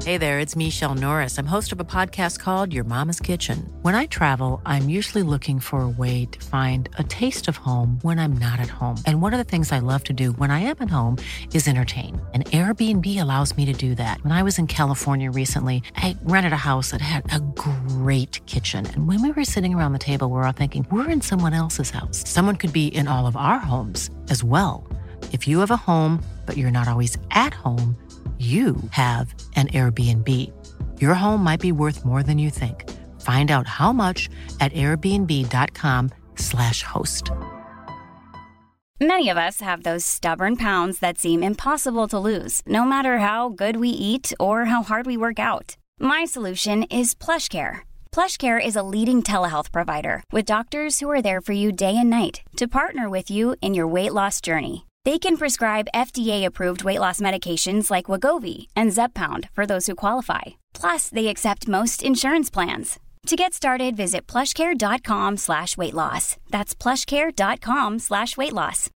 Hey there, it's Michelle Norris. I'm host of a podcast called Your Mama's Kitchen. When I travel, I'm usually looking for a way to find a taste of home when I'm not at home. And one of the things I love to do when I am at home is entertain. And Airbnb allows me to do that. When I was in California recently, I rented a house that had a great kitchen. And when we were sitting around the table, we were all thinking, we're in someone else's house. Someone could be in all of our homes as well. If you have a home, but you're not always at home, you have an Airbnb. Your home might be worth more than you think. Find out how much at airbnb.com/host. Many of us have those stubborn pounds that seem impossible to lose, no matter how good we eat or how hard we work out. My solution is PlushCare. PlushCare is a leading telehealth provider with doctors who are there for you day and night to partner with you in your weight loss journey. They can prescribe FDA-approved weight loss medications like Wegovy and Zepbound for those who qualify. Plus, they accept most insurance plans. To get started, visit plushcare.com/weightloss. That's plushcare.com/weightloss.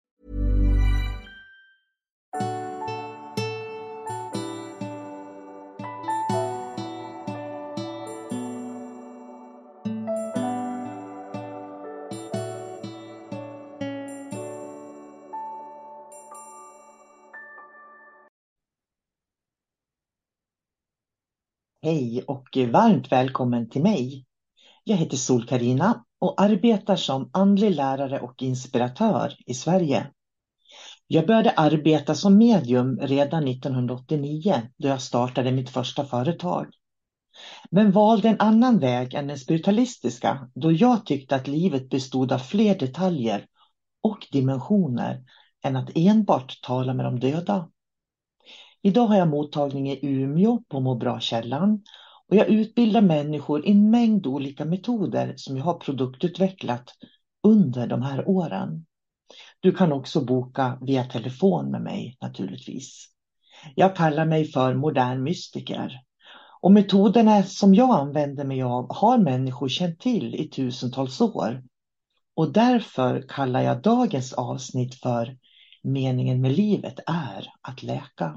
Hej och varmt välkommen till mig. Jag heter Sol-Carina och arbetar som andlig lärare och inspiratör i Sverige. Jag började arbeta som medium redan 1989 då jag startade mitt första företag. Men valde en annan väg än den spiritualistiska då jag tyckte att livet bestod av fler detaljer och dimensioner än att enbart tala med de döda. Idag har jag mottagning i Umeå på Må bra-källan och jag utbildar människor i en mängd olika metoder som jag har produktutvecklat under de här åren. Du kan också boka via telefon med mig naturligtvis. Jag kallar mig för modern mystiker och metoderna som jag använder mig av har människor känt till i tusentals år. Och därför kallar jag dagens avsnitt för Meningen med livet är att läka.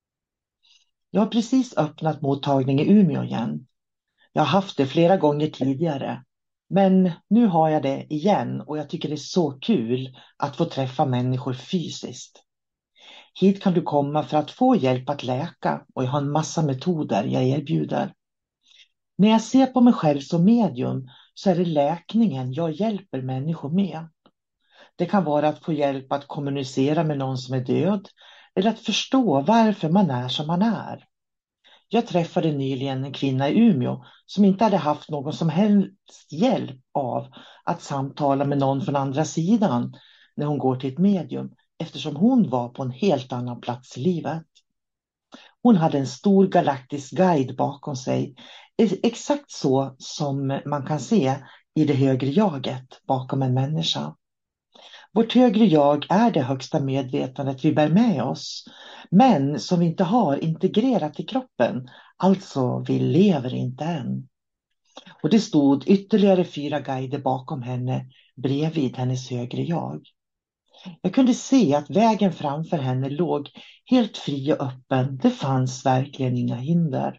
Jag har precis öppnat mottagning i Umeå igen. Jag har haft det flera gånger tidigare. Men nu har jag det igen och jag tycker det är så kul att få träffa människor fysiskt. Hit kan du komma för att få hjälp att läka och jag har en massa metoder jag erbjuder. När jag ser på mig själv som medium så är det läkningen jag hjälper människor med. Det kan vara att få hjälp att kommunicera med någon som är död eller att förstå varför man är som man är. Jag träffade nyligen en kvinna i Umeå som inte hade haft någon som helst hjälp av att samtala med någon från andra sidan när hon går till ett medium eftersom hon var på en helt annan plats i livet. Hon hade en stor galaktisk guide bakom sig, exakt så som man kan se i det högre jaget bakom en människa. Vårt högre jag är det högsta medvetandet vi bär med oss, men som vi inte har integrerat i kroppen, alltså vi lever inte än. Och det stod ytterligare 4 guider bakom henne bredvid hennes högre jag. Jag kunde se att vägen framför henne låg helt fri och öppen, det fanns verkligen inga hinder.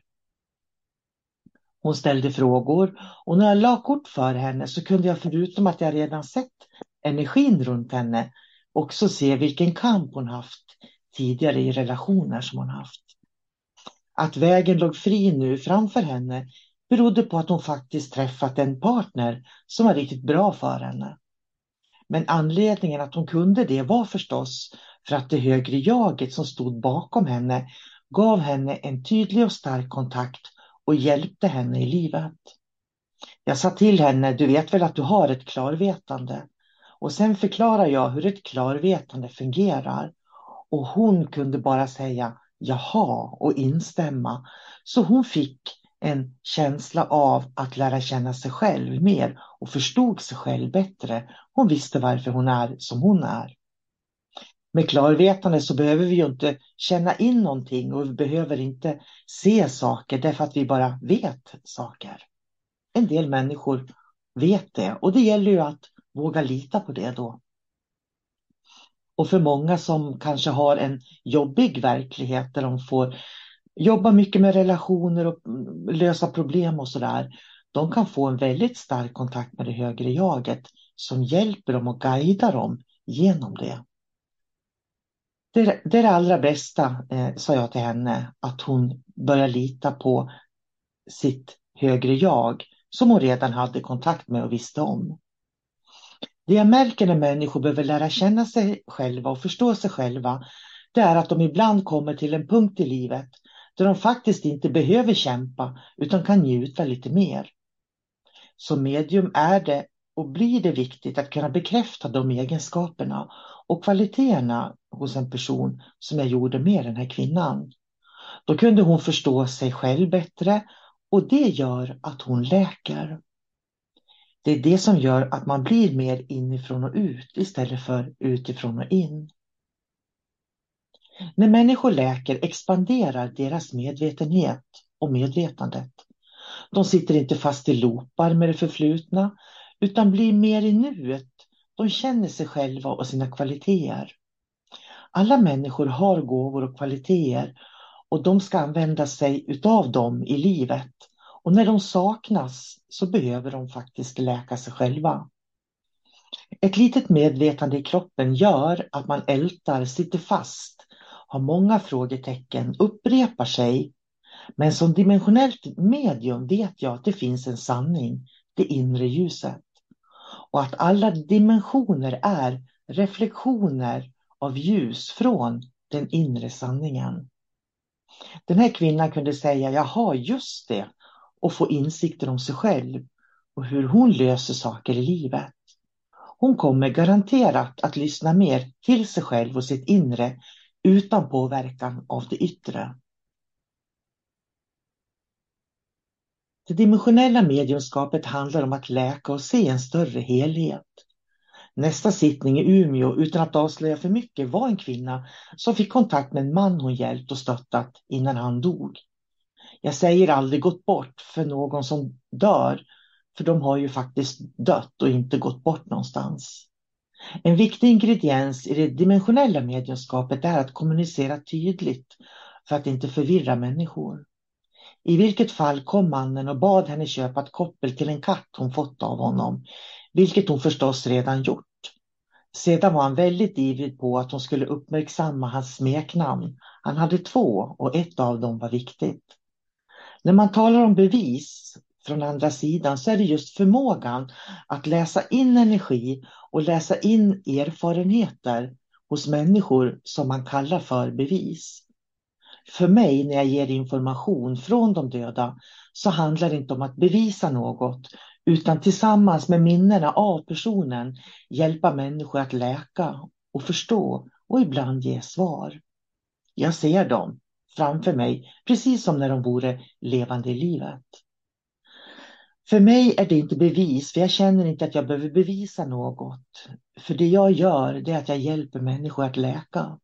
Hon ställde frågor och när jag la kort för henne så kunde jag förutom att jag redan sett energin runt henne också se vilken kamp hon haft tidigare i relationer som hon haft. Att vägen låg fri nu framför henne berodde på att hon faktiskt träffat en partner som var riktigt bra för henne. Men anledningen att hon kunde det var förstås för att det högre jaget som stod bakom henne gav henne en tydlig och stark kontakt och hjälpte henne i livet. Jag sa till henne, du vet väl att du har ett klarvetande? Och sen förklarar jag hur ett klarvetande fungerar. Och hon kunde bara säga jaha och instämma. Så hon fick en känsla av att lära känna sig själv mer och förstod sig själv bättre. Hon visste varför hon är som hon är. Med klarvetande så behöver vi ju inte känna in någonting och vi behöver inte se saker därför att vi bara vet saker. En del människor vet det och det gäller ju att våga lita på det då. Och för många som kanske har en jobbig verklighet där de får jobbar mycket med relationer och lösa problem och sådär, de kan få en väldigt stark kontakt med det högre jaget som hjälper dem och guidar dem genom det. Det är det allra bästa, sa jag till henne, att hon börjar lita på sitt högre jag som hon redan hade kontakt med och visste om. Det jag märker när människor behöver lära känna sig själva och förstå sig själva, det är att de ibland kommer till en punkt i livet där de faktiskt inte behöver kämpa utan kan njuta lite mer. Som medium är det och blir det viktigt att kunna bekräfta de egenskaperna och kvaliteterna hos en person som jag gjorde med den här kvinnan. Då kunde hon förstå sig själv bättre och det gör att hon läker. Det är det som gör att man blir mer inifrån och ut istället för utifrån och in. När människor läker expanderar deras medvetenhet och medvetandet. De sitter inte fast i loopar med det förflutna utan blir mer i nuet. De känner sig själva och sina kvaliteter. Alla människor har gåvor och kvaliteter och de ska använda sig utav dem i livet. Och när de saknas så behöver de faktiskt läka sig själva. Ett litet medvetande i kroppen gör att man ältar, sitter fast, har många frågetecken, upprepar sig. Men som dimensionellt medium vet jag att det finns en sanning, det inre ljuset. Och att alla dimensioner är reflektioner av ljus från den inre sanningen. Den här kvinnan kunde säga, jaha just det, och få insikter om sig själv och hur hon löser saker i livet. Hon kommer garanterat att lyssna mer till sig själv och sitt inre utan påverkan av det yttre. Det dimensionella mediumskapet handlar om att läka och se en större helhet. Nästa sittning i Umeå, utan att avslöja för mycket, var en kvinna som fick kontakt med en man hon hjälpt och stöttat innan han dog. Jag säger aldrig gått bort för någon som dör, för de har ju faktiskt dött och inte gått bort någonstans. En viktig ingrediens i det dimensionella mediumskapet är att kommunicera tydligt för att inte förvirra människor. I vilket fall kom mannen och bad henne köpa ett koppel till en katt hon fått av honom, vilket hon förstås redan gjort. Sedan var han väldigt ivrig på att hon skulle uppmärksamma hans smeknamn. Han hade 2 och ett av dem var viktigt. När man talar om bevis från andra sidan så är det just förmågan att läsa in energi och läsa in erfarenheter hos människor som man kallar för bevis. För mig när jag ger information från de döda så handlar det inte om att bevisa något utan tillsammans med minnena av personen hjälpa människor att läka och förstå och ibland ge svar. Jag ser dem framför mig precis som när de vore levande i livet. För mig är det inte bevis, för jag känner inte att jag behöver bevisa något. För det jag gör det är att jag hjälper människor att läka.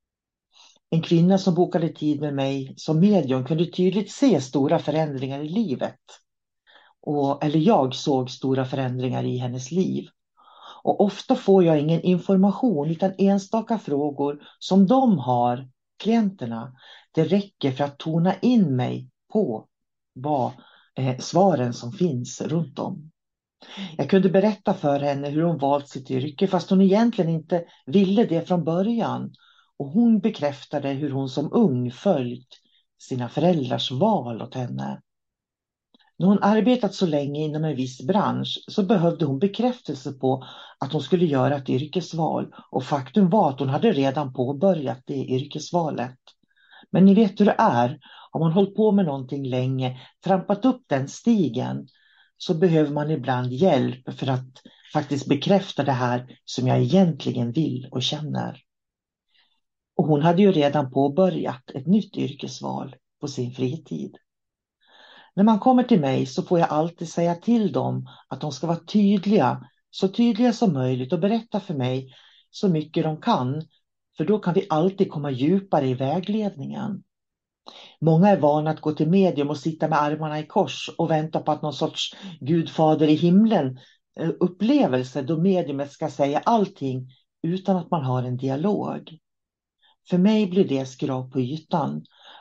En kvinna som bokade tid med mig som medium kunde tydligt se stora förändringar i livet. Eller jag såg stora förändringar i hennes liv. Och ofta får jag ingen information utan enstaka frågor som de har, klienterna. Det räcker för att tona in mig på vad svaren som finns runt om. Jag kunde berätta för henne hur hon valt sitt yrke fast hon egentligen inte ville det från början. Och hon bekräftade hur hon som ung följt sina föräldrars val åt henne. När hon arbetat så länge inom en viss bransch så behövde hon bekräftelse på att hon skulle göra ett yrkesval. Och faktum var att hon hade redan påbörjat det yrkesvalet. Men ni vet hur det är. Har man hållit på med någonting länge, trampat upp den stigen, så behöver man ibland hjälp för att faktiskt bekräfta det här som jag egentligen vill och känner. Och hon hade ju redan påbörjat ett nytt yrkesval på sin fritid. När man kommer till mig så får jag alltid säga till dem att de ska vara tydliga, så tydliga som möjligt och berätta för mig så mycket de kan. För då kan vi alltid komma djupare i vägledningen. Många är vana att gå till medium och sitta med armarna i kors och vänta på att någon sorts gudfader i himlen upplevelse då mediumet ska säga allting utan att man har en dialog. För mig blir det skrap på ytan.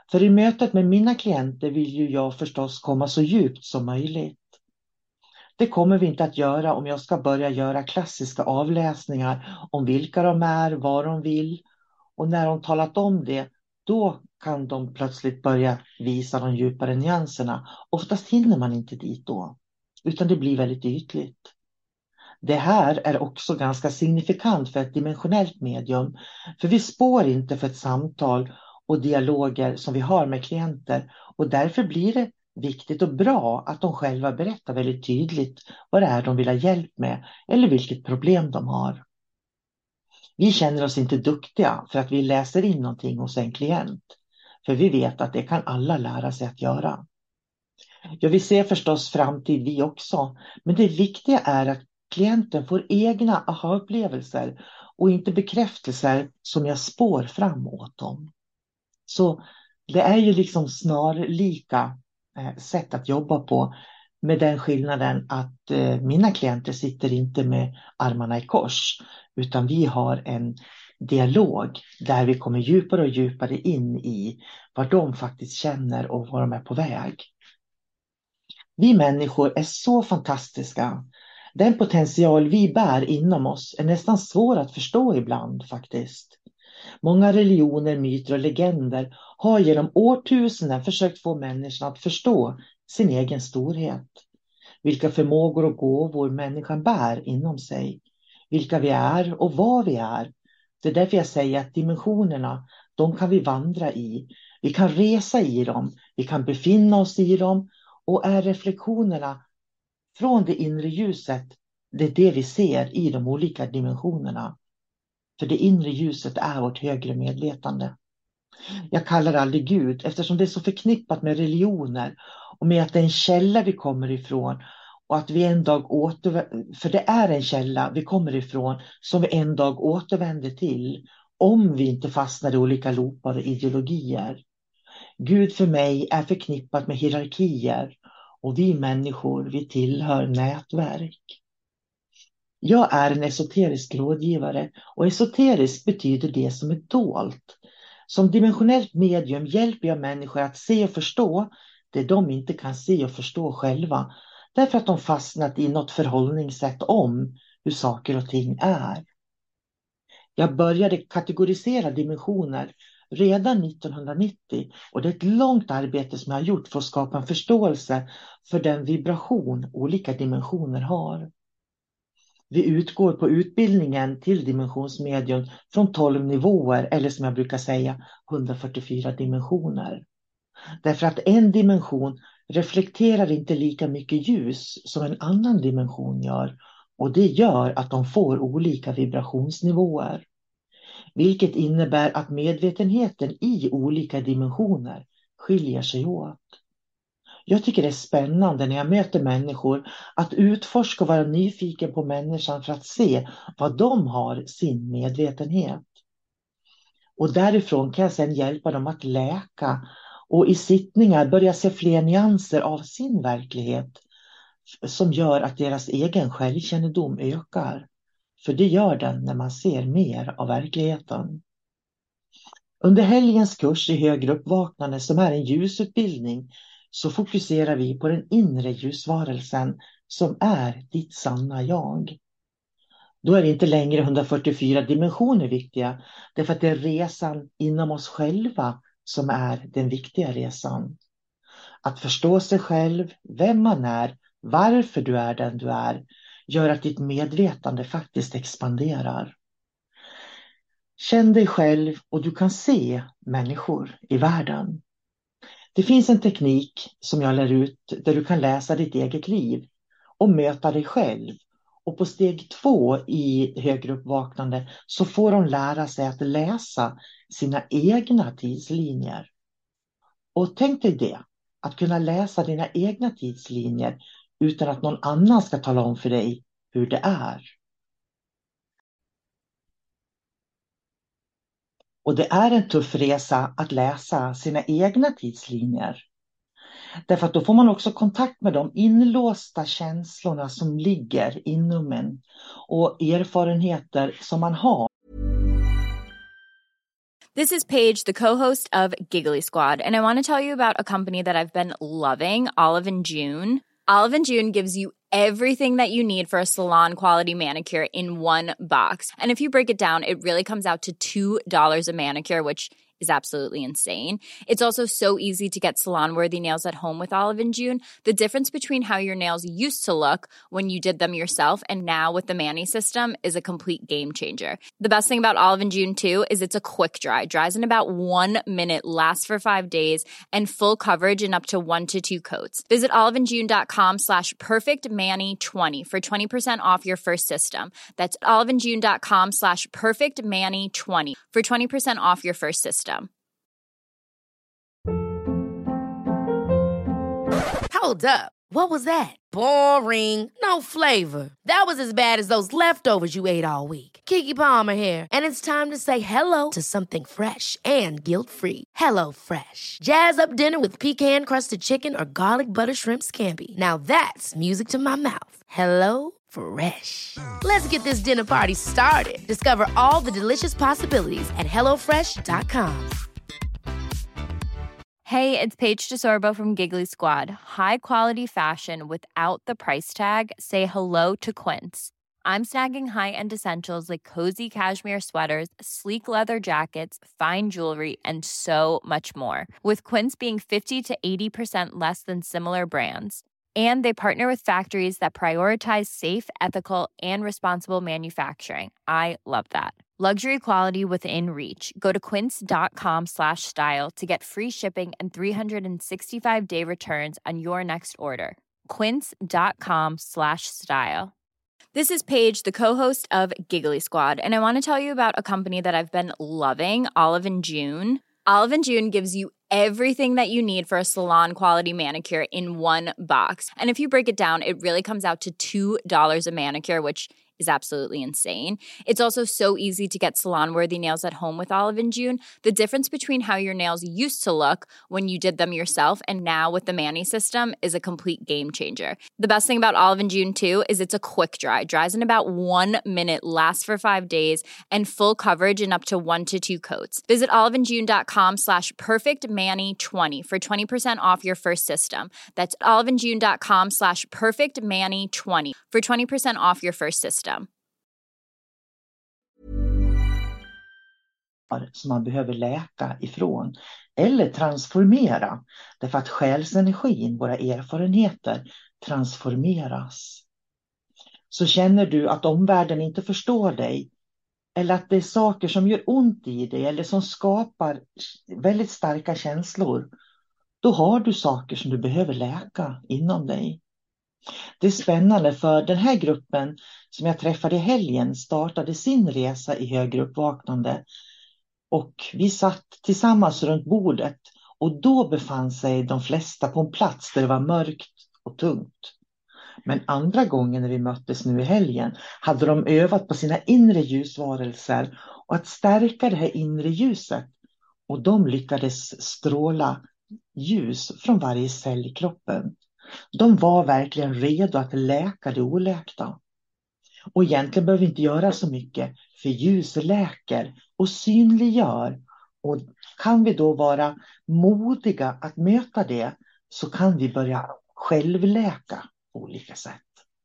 För i mötet med mina klienter vill ju jag förstås komma så djupt som möjligt. Det kommer vi inte att göra om jag ska börja göra klassiska avläsningar om vilka de är, vad de vill. Och när de talat om det, då kan de plötsligt börja visa de djupare nyanserna. Oftast hinner man inte dit då, utan det blir väldigt ytligt. Det här är också ganska signifikant för ett dimensionellt medium, för vi spår inte för ett samtal och dialoger som vi har med klienter, och därför blir det viktigt och bra att de själva berättar väldigt tydligt vad det är de vill ha hjälp med eller vilket problem de har. Vi känner oss inte duktiga för att vi läser in någonting hos en klient, för vi vet att det kan alla lära sig att göra. Ja, vi ser förstås framtid vi också, men det viktiga är att klienten får egna aha-upplevelser och inte bekräftelser som jag spår fram åt dem. Så det är ju liksom snarlika sätt att jobba på, med den skillnaden att mina klienter sitter inte med armarna i kors, utan vi har en dialog där vi kommer djupare och djupare in i vad de faktiskt känner och var de är på väg. Vi människor är så fantastiska. Den potential vi bär inom oss är nästan svår att förstå ibland faktiskt. Många religioner, myter och legender har genom årtusenden försökt få människan att förstå sin egen storhet. Vilka förmågor och gåvor människan bär inom sig. Vilka vi är och vad vi är. Det är därför jag säger att dimensionerna, de kan vi vandra i. Vi kan resa i dem. Vi kan befinna oss i dem. Och är reflektionerna från det inre ljuset, det är det vi ser i de olika dimensionerna. För det inre ljuset är vårt högre medvetande. Jag kallar det aldrig Gud eftersom det är så förknippat med religioner och med att det är en källa vi kommer ifrån. Och att vi en dag för det är en källa vi kommer ifrån som vi en dag återvänder till om vi inte fastnar i olika loopar och ideologier. Gud för mig är förknippat med hierarkier och vi människor, vi tillhör nätverk. Jag är en esoterisk rådgivare och esoterisk betyder det som är dolt. Som dimensionellt medium hjälper jag människor att se och förstå det de inte kan se och förstå själva, därför att de fastnat i något förhållningssätt om hur saker och ting är. Jag började kategorisera dimensioner redan 1990 och det är ett långt arbete som jag har gjort för att skapa en förståelse för den vibration olika dimensioner har. Vi utgår på utbildningen till dimensionsmedium från 12 nivåer eller som jag brukar säga 144 dimensioner. Därför att en dimension reflekterar inte lika mycket ljus som en annan dimension gör och det gör att de får olika vibrationsnivåer. Vilket innebär att medvetenheten i olika dimensioner skiljer sig åt. Jag tycker det är spännande när jag möter människor att utforska och vara nyfiken på människan för att se vad de har sin medvetenhet. Och därifrån kan jag sedan hjälpa dem att läka och i sittningar börja se fler nyanser av sin verklighet som gör att deras egen självkännedom ökar. För det gör den när man ser mer av verkligheten. Under helgens kurs i högre uppvaknande som är en ljusutbildning så fokuserar vi på den inre ljusvarelsen som är ditt sanna jag. Då är det inte längre 144 dimensioner viktiga, därför att det är resan inom oss själva som är den viktiga resan. Att förstå sig själv, vem man är, varför du är den du är, gör att ditt medvetande faktiskt expanderar. Känn dig själv och du kan se människor i världen. Det finns en teknik som jag lär ut där du kan läsa ditt eget liv och möta dig själv. Och på steg 2 i högre uppvaknande så får de lära sig att läsa sina egna tidslinjer. Och tänk dig det, att kunna läsa dina egna tidslinjer utan att någon annan ska tala om för dig hur det är. Och det är en tuff resa att läsa sina egna tidslinjer. Därför att då får man också kontakt med de inlåsta känslorna som ligger inom en och erfarenheter som man har. This is Paige, the co-host of Giggly Squad, and I want to tell you about a company that I've been loving, Olive and June. Olive and June gives you everything that you need for a salon-quality manicure in one box. And if you break it down, it really comes out to $2 a manicure, which is absolutely insane. It's also so easy to get salon-worthy nails at home with Olive and June. The difference between how your nails used to look when you did them yourself and now with the Mani system is a complete game changer. The best thing about Olive and June, too, is it's a quick dry. Dries in about 1 minute, lasts for 5 days, and full coverage in up to 1 to 2 coats. Visit oliveandjune.com/perfectmani20 for 20% off your first system. That's oliveandjune.com/perfectmani20 for 20% off your first system. Hold up. What was that? Boring. No flavor. That was as bad as those leftovers you ate all week. Keke Palmer here, and it's time to say hello to something fresh and guilt-free. Hello Fresh. Jazz up dinner with pecan-crusted chicken or garlic butter shrimp scampi. Now that's music to my mouth. Hello Fresh. Let's get this dinner party started. Discover all the delicious possibilities at hellofresh.com. Hey, it's Paige DeSorbo from Giggly Squad. High quality fashion without the price tag. Say hello to Quince. I'm snagging high-end essentials like cozy cashmere sweaters, sleek leather jackets, fine jewelry, and so much more. With Quince being 50 to 80% less than similar brands. And they partner with factories that prioritize safe, ethical, and responsible manufacturing. I love that. Luxury quality within reach. Go to quince.com/style to get free shipping and 365-day returns on your next order. Quince.com/style. This is Paige, the co-host of Giggly Squad, and I want to tell you about a company that I've been loving, Olive and June. Olive and June gives you everything that you need for a salon-quality manicure in one box. And if you break it down, it really comes out to $2 a manicure, which is absolutely insane. It's also so easy to get salon-worthy nails at home with Olive and June. The difference between how your nails used to look when you did them yourself and now with the Mani system is a complete game changer. The best thing about Olive and June, too, is it's a quick dry. Dries in about 1 minute, lasts for 5 days, and full coverage in up to 1 to 2 coats. Visit oliveandjune.com/perfectmani20 for 20% off your first system. That's oliveandjune.com/perfectmani20 for 20% off your first system. Som man behöver läka ifrån eller transformera, därför att själsenergin, våra erfarenheter, transformeras. Så känner du att omvärlden inte förstår dig, eller att det är saker som gör ont i dig eller som skapar väldigt starka känslor, då har du saker som du behöver läka inom dig. Det är spännande, för den här gruppen som jag träffade i helgen startade sin resa i högre uppvaknande. Och vi satt tillsammans runt bordet och då befann sig de flesta på en plats där det var mörkt och tungt. Men andra gången när vi möttes nu i helgen hade de övat på sina inre ljusvarelser och att stärka det här inre ljuset. Och de lyckades stråla ljus från varje cell i kroppen. De var verkligen redo att läka det oläkta. Och egentligen behöver vi inte göra så mycket, för ljus läker och synliggör. Och kan vi då vara modiga att möta det, så kan vi börja självläka på olika sätt.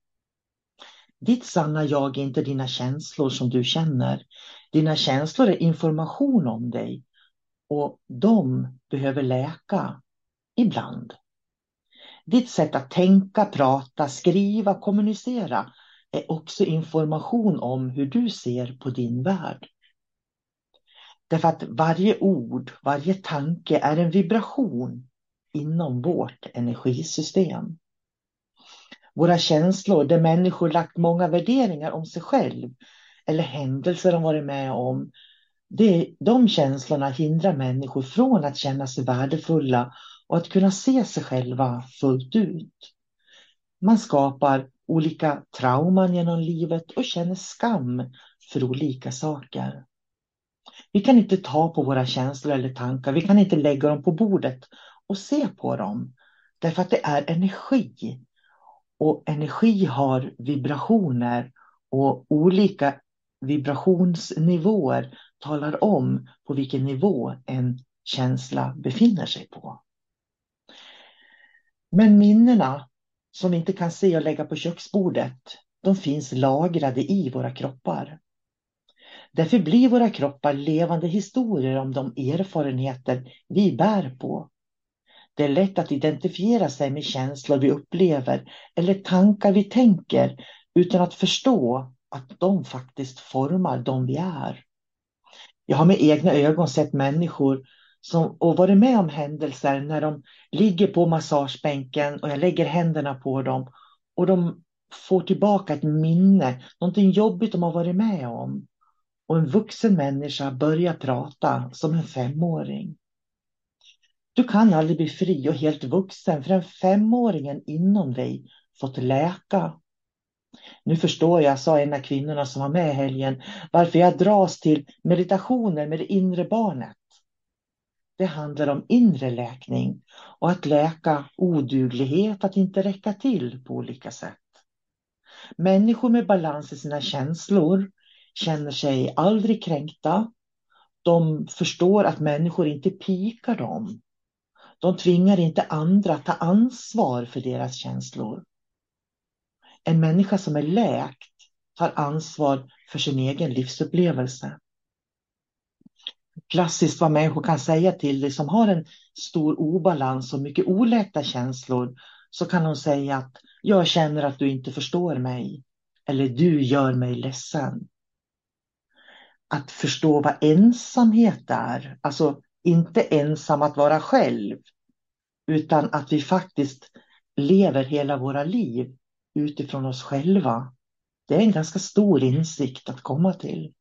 Ditt sanna jag är inte dina känslor som du känner. Dina känslor är information om dig. Och de behöver läka ibland. Ditt sätt att tänka, prata, skriva, kommunicera är också information om hur du ser på din värld. Därför att varje ord, varje tanke är en vibration inom vårt energisystem. Våra känslor, där människor lagt många värderingar om sig själv eller händelser de varit med om, de känslorna hindrar människor från att känna sig värdefulla och att kunna se sig själva fullt ut. Man skapar olika trauman genom livet och känner skam för olika saker. Vi kan inte ta på våra känslor eller tankar. Vi kan inte lägga dem på bordet och se på dem. Därför att det är energi. Och energi har vibrationer och olika vibrationsnivåer talar om på vilken nivå en känsla befinner sig på. Men minnena som vi inte kan se och lägga på köksbordet, de finns lagrade i våra kroppar. Därför blir våra kroppar levande historier om de erfarenheter vi bär på. Det är lätt att identifiera sig med känslor vi upplever eller tankar vi tänker utan att förstå att de faktiskt formar de vi är. Jag har med egna ögon sett människor och varit med om händelser när de ligger på massagebänken och jag lägger händerna på dem och de får tillbaka ett minne, någonting jobbigt de har varit med om. Och en vuxen människa börjar prata som en 5-åring. Du kan aldrig bli fri och helt vuxen för en 5-åringen inom dig fått läka. Nu förstår jag, sa en av kvinnorna som var med i helgen, varför jag dras till meditationer med det inre barnet. Det handlar om inre läkning och att läka oduglighet, att inte räcka till på olika sätt. Människor med balans i sina känslor känner sig aldrig kränkta. De förstår att människor inte pikar dem. De tvingar inte andra att ta ansvar för deras känslor. En människa som är läkt tar ansvar för sin egen livsupplevelse. Klassiskt vad människor kan säga till dig som har en stor obalans och mycket oläkta känslor, så kan de säga att jag känner att du inte förstår mig eller du gör mig ledsen. Att förstå vad ensamhet är, alltså inte ensam att vara själv, utan att vi faktiskt lever hela våra liv utifrån oss själva. Det är en ganska stor insikt att komma till.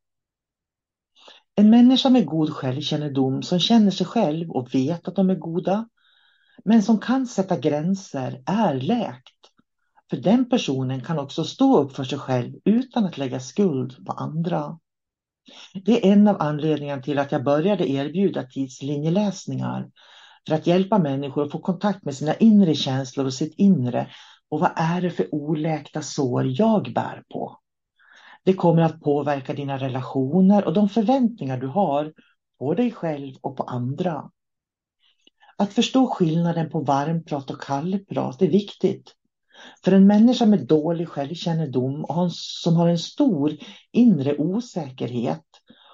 En människa med god självkännedom som känner sig själv och vet att de är goda, men som kan sätta gränser, är läkt. För den personen kan också stå upp för sig själv utan att lägga skuld på andra. Det är en av anledningarna till att jag började erbjuda tidslinjeläsningar. För att hjälpa människor att få kontakt med sina inre känslor och sitt inre. Och vad är det för oläkta sår jag bär på? Det kommer att påverka dina relationer och de förväntningar du har på dig själv och på andra. Att förstå skillnaden på varmprat och kallprat är viktigt. För en människa med dålig självkännedom och som har en stor inre osäkerhet,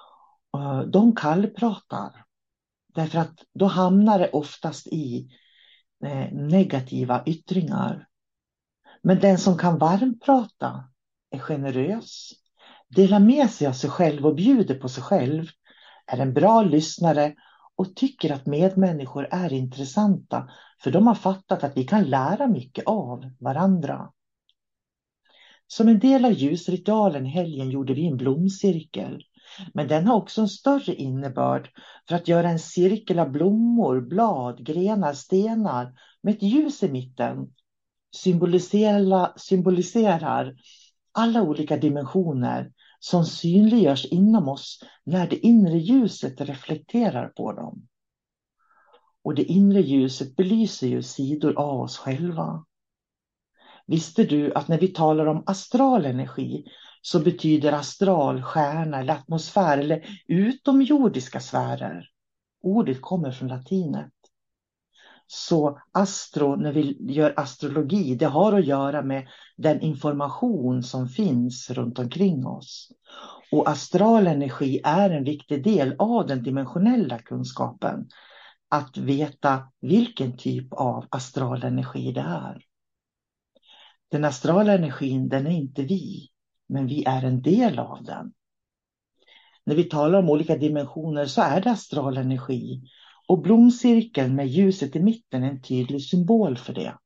de kallpratar. Därför att då hamnar det oftast i negativa yttringar. Men den som kan varmprata är generös, delar med sig av sig själv och bjuder på sig själv, är en bra lyssnare och tycker att medmänniskor är intressanta, för de har fattat att vi kan lära mycket av varandra. Som en del av ljusritualen i helgen gjorde vi en blomcirkel, men den har också en större innebörd för att göra en cirkel av blommor, blad, grenar, stenar med ett ljus i mitten. Symboliserar alla olika dimensioner som synliggörs inom oss när det inre ljuset reflekterar på dem. Och det inre ljuset belyser ju sidor av oss själva. Visste du att när vi talar om astral energi så betyder astral stjärna eller atmosfär eller utomjordiska sfärer? Ordet kommer från latinet. Så astro, när vi gör astrologi, det har att göra med den information som finns runt omkring oss. Och astral energi är en viktig del av den dimensionella kunskapen. Att veta vilken typ av astral energi det är. Den astrala energin, den är inte vi, men vi är en del av den. När vi talar om olika dimensioner så är det astral energi. Och blomcirkeln med ljuset i mitten är en tydlig symbol för det.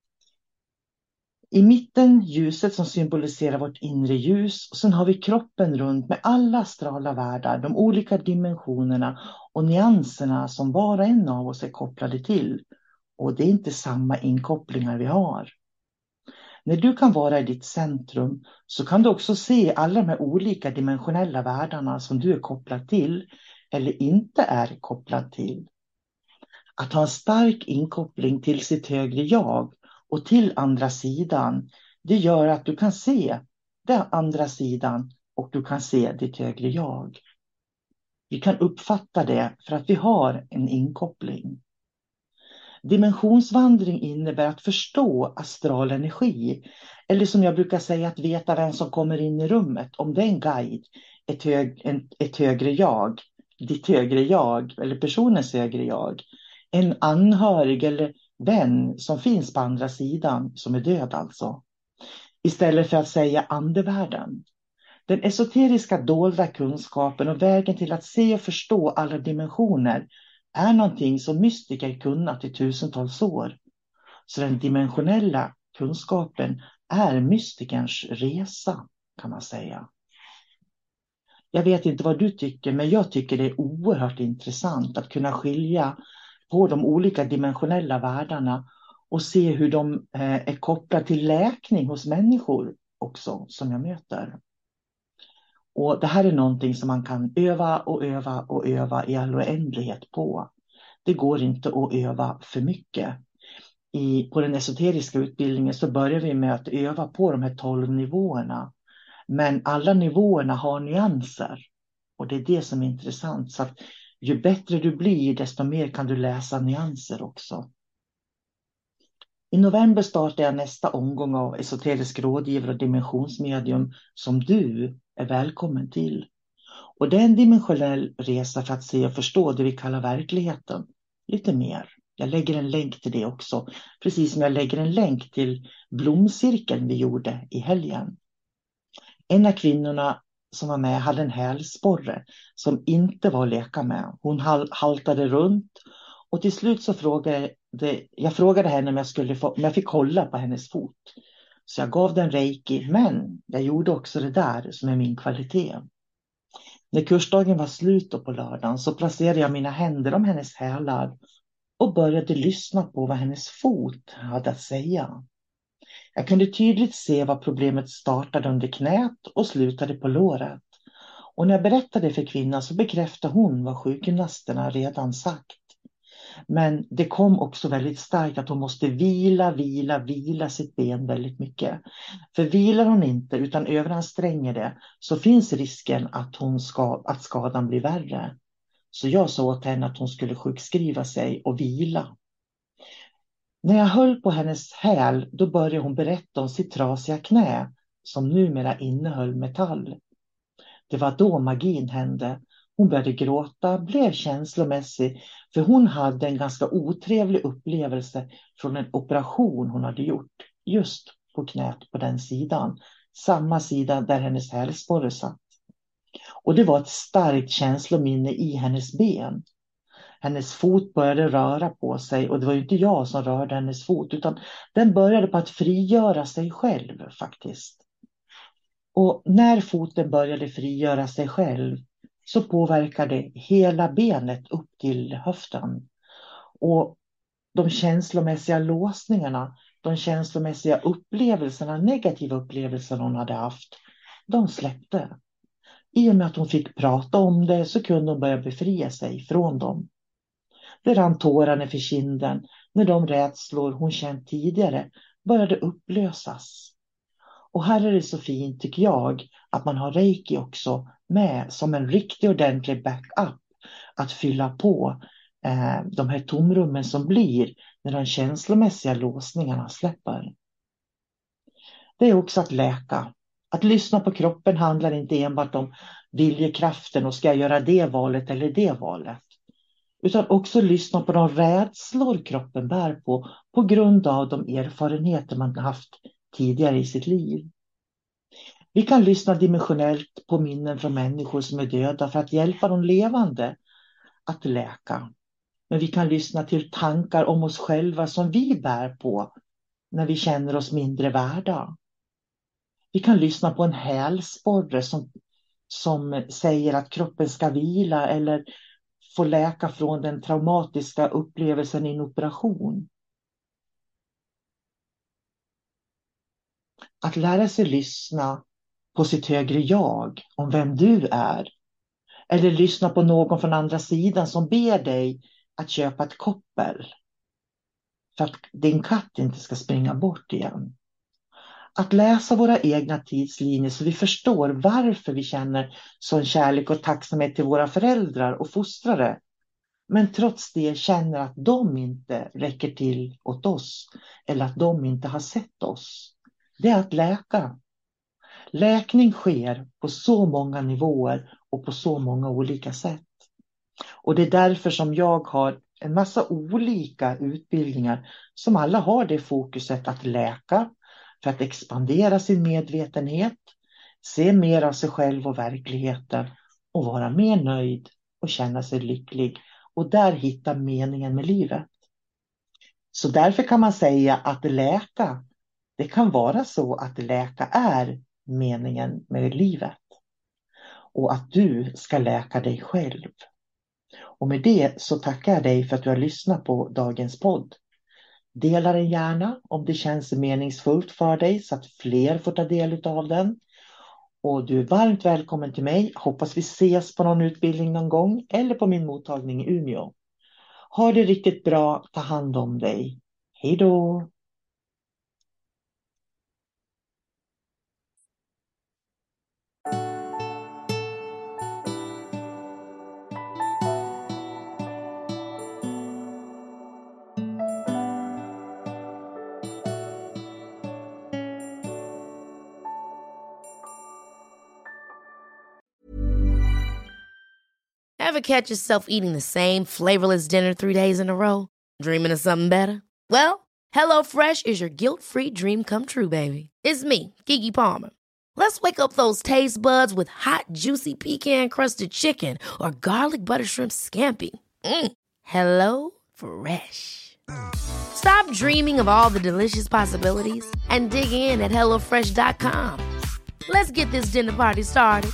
I mitten ljuset som symboliserar vårt inre ljus. Och sen har vi kroppen runt med alla astrala världar, de olika dimensionerna och nyanserna som var och en av oss är kopplade till. Och det är inte samma inkopplingar vi har. När du kan vara i ditt centrum så kan du också se alla de här olika dimensionella världarna som du är kopplad till eller inte är kopplad till. Att ha en stark inkoppling till sitt högre jag och till andra sidan, det gör att du kan se den andra sidan och du kan se ditt högre jag. Vi kan uppfatta det för att vi har en inkoppling. Dimensionsvandring innebär att förstå astral energi. Eller som jag brukar säga, att veta vem som kommer in i rummet. Om det är en guide, ett högre jag, ditt högre jag eller personens högre jag. En anhörig eller vän som finns på andra sidan, som är död alltså. Istället för att säga andevärlden. Den esoteriska dolda kunskapen och vägen till att se och förstå alla dimensioner är någonting som mystiker kunnat i tusentals år. Så den dimensionella kunskapen är mystikerns resa, kan man säga. Jag vet inte vad du tycker, men jag tycker det är oerhört intressant att kunna skilja på de olika dimensionella världarna och se hur de är kopplade till läkning hos människor också, som jag möter. Och det här är någonting som man kan öva och öva och öva i all oändlighet på. Det går inte att öva för mycket. På den esoteriska utbildningen så börjar vi med att öva på de här 12 nivåerna. Men alla nivåerna har nyanser. Och det är det som är intressant. Så att ju bättre du blir, desto mer kan du läsa nyanser också. I november startar jag nästa omgång av esoterisk rådgivare och dimensionsmedium som du är välkommen till. Och det är en dimensionell resa för att se och förstå det vi kallar verkligheten lite mer. Jag lägger en länk till det också, precis som jag lägger en länk till blomcirkeln vi gjorde i helgen. En av kvinnorna som var med hade en hälsporre som inte var att leka med. Hon haltade runt och till slut så jag frågade henne om jag fick hålla på hennes fot. Så jag gav den reiki, men jag gjorde också det där som är min kvalitet. När kursdagen var slut på lördagen så placerade jag mina händer om hennes hälar och började lyssna på vad hennes fot hade att säga. Jag kunde tydligt se vad problemet startade under knät och slutade på låret. Och när jag berättade för kvinnan så bekräftade hon vad sjukgymnasterna redan sagt. Men det kom också väldigt starkt att hon måste vila sitt ben väldigt mycket. För vilar hon inte utan överanstränger det så finns risken att skadan blir värre. Så jag sa åt henne att hon skulle sjukskriva sig och vila. När jag höll på hennes häl då började hon berätta om sitt trasiga knä som numera innehöll metall. Det var då magin hände. Hon började gråta, blev känslomässig för hon hade en ganska otrevlig upplevelse från en operation hon hade gjort just på knät på den sidan. Samma sida där hennes hälsporre satt. Och det var ett starkt känslominne i hennes ben. Hennes fot började röra på sig och det var ju inte jag som rörde hennes fot utan den började på att frigöra sig själv faktiskt. Och när foten började frigöra sig själv så påverkade hela benet upp till höften. Och de känslomässiga låsningarna, de känslomässiga upplevelserna, negativa upplevelser hon hade haft, de släppte. I och med att hon fick prata om det så kunde hon börja befria sig från dem. Det rann tårarna för kinden när de rädslor hon känt tidigare började upplösas. Och här är det så fint tycker jag att man har reiki också med som en riktig ordentlig backup att fylla på de här tomrummen som blir när de känslomässiga låsningarna släpper. Det är också att läka. Att lyssna på kroppen handlar inte enbart om viljekraften och ska jag göra det valet eller det valet. Utan också lyssna på de rädslor kroppen bär på grund av de erfarenheter man haft tidigare i sitt liv. Vi kan lyssna dimensionellt på minnen från människor som är döda för att hjälpa de levande att läka. Men vi kan lyssna till tankar om oss själva som vi bär på när vi känner oss mindre värda. Vi kan lyssna på en hälsporre som säger att kroppen ska vila eller få läka från den traumatiska upplevelsen i en operation. Att lära sig lyssna på sitt högre jag om vem du är. Eller lyssna på någon från andra sidan som ber dig att köpa ett koppel. För att din katt inte ska springa bort igen. Att läsa våra egna tidslinjer så vi förstår varför vi känner sån kärlek och tacksamhet till våra föräldrar och fostrare. Men trots det känner att de inte räcker till åt oss eller att de inte har sett oss. Det är att läka. Läkning sker på så många nivåer och på så många olika sätt. Och det är därför som jag har en massa olika utbildningar som alla har det fokuset att läka, för att expandera sin medvetenhet, se mer av sig själv och verkligheten och vara mer nöjd och känna sig lycklig och där hitta meningen med livet. Så därför kan man säga att läka, det kan vara så att läka är meningen med livet och att du ska läka dig själv. Och med det så tackar jag dig för att du har lyssnat på dagens podd. Dela den gärna om det känns meningsfullt för dig så att fler får ta del av den. Och du är varmt välkommen till mig. Hoppas vi ses på någon utbildning någon gång eller på min mottagning i Umeå. Ha det riktigt bra. Ta hand om dig. Hej då! Ever catch yourself eating the same flavorless dinner 3 days in a row? Dreaming of something better? Well, HelloFresh is your guilt-free dream come true, baby. It's me, Keke Palmer. Let's wake up those taste buds with hot, juicy pecan-crusted chicken or garlic butter shrimp scampi. Hello Fresh. Stop dreaming of all the delicious possibilities and dig in at HelloFresh.com. Let's get this dinner party started.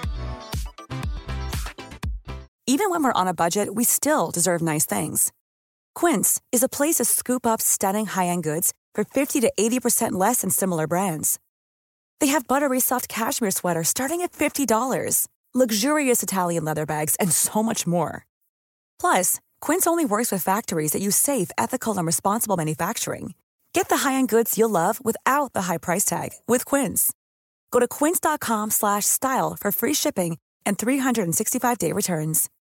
Even when we're on a budget, we still deserve nice things. Quince is a place to scoop up stunning high-end goods for 50 to 80% less than similar brands. They have buttery soft cashmere sweaters starting at $50, luxurious Italian leather bags, and so much more. Plus, Quince only works with factories that use safe, ethical, and responsible manufacturing. Get the high-end goods you'll love without the high price tag with Quince. Go to quince.com/style for free shipping and 365-day returns.